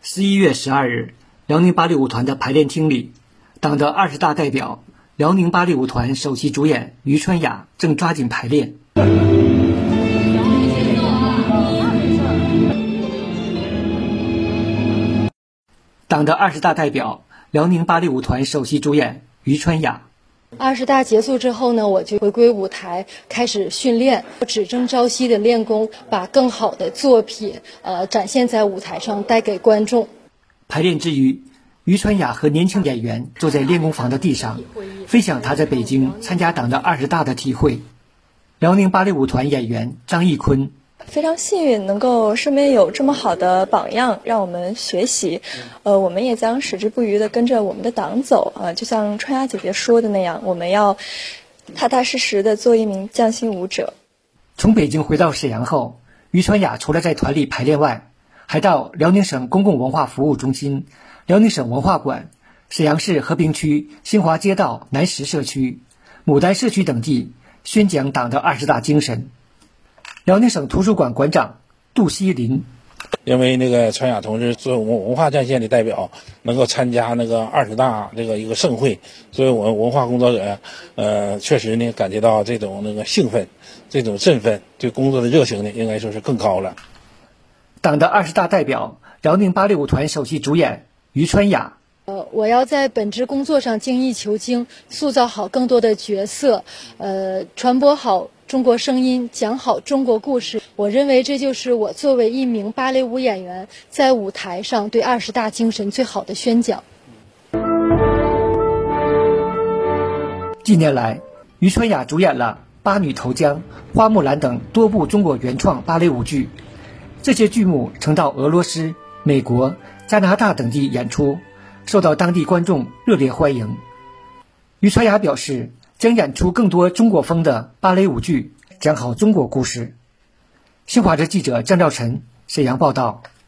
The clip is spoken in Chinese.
11月12日，辽宁芭蕾舞团的排练厅里，党的20大代表、辽宁芭蕾舞团首席主演于川雅正抓紧排练。党的20大代表、辽宁芭蕾舞团首席主演于川雅。 20大结束之后呢，我就回归舞台，开始训练，只争朝夕的练功，把更好的作品展现在舞台上，带给观众。 排练之余，于川雅和年轻演员坐在练功房的地上，分享他在北京参加党的20大的体会。辽宁芭蕾舞团演员张艺坤。 非常幸运能够身边有这么好的榜样让我们学习，我们也将矢志不渝地跟着我们的党走，就像川雅姐姐说的那样，我们要踏踏实实地做一名匠心舞者。 从北京回到沈阳后，于川雅除了在团里排练外，还到辽宁省公共文化服务中心、辽宁省文化馆、沈阳市和平区新华街道南10社区、牡丹社区等地宣讲党的20大精神。辽宁省图书馆馆长杜锡林。 因为那个川雅同志作为我们文化战线的代表，能够参加那个20大这个一个盛会，作为我们文化工作者，确实呢感觉到这种那个兴奋，这种振奋，对工作的热情呢，应该说是更高了。 党的20大代表、辽宁芭蕾舞团首席主演于川雅。 我要在本职工作上精益求精，塑造好更多的角色，传播好中国声音，讲好中国故事。我认为这就是我作为一名芭蕾舞演员在舞台上对20大精神最好的宣讲。 近年来，于川雅主演了《八女投江》《花木兰》等多部中国原创芭蕾舞剧，这些剧目曾到俄罗斯、美国、加拿大等地演出，受到当地观众热烈欢迎。于川雅表示，将演出更多中国风的芭蕾舞剧，讲好中国故事。新华社记者张兆晨沈阳报道。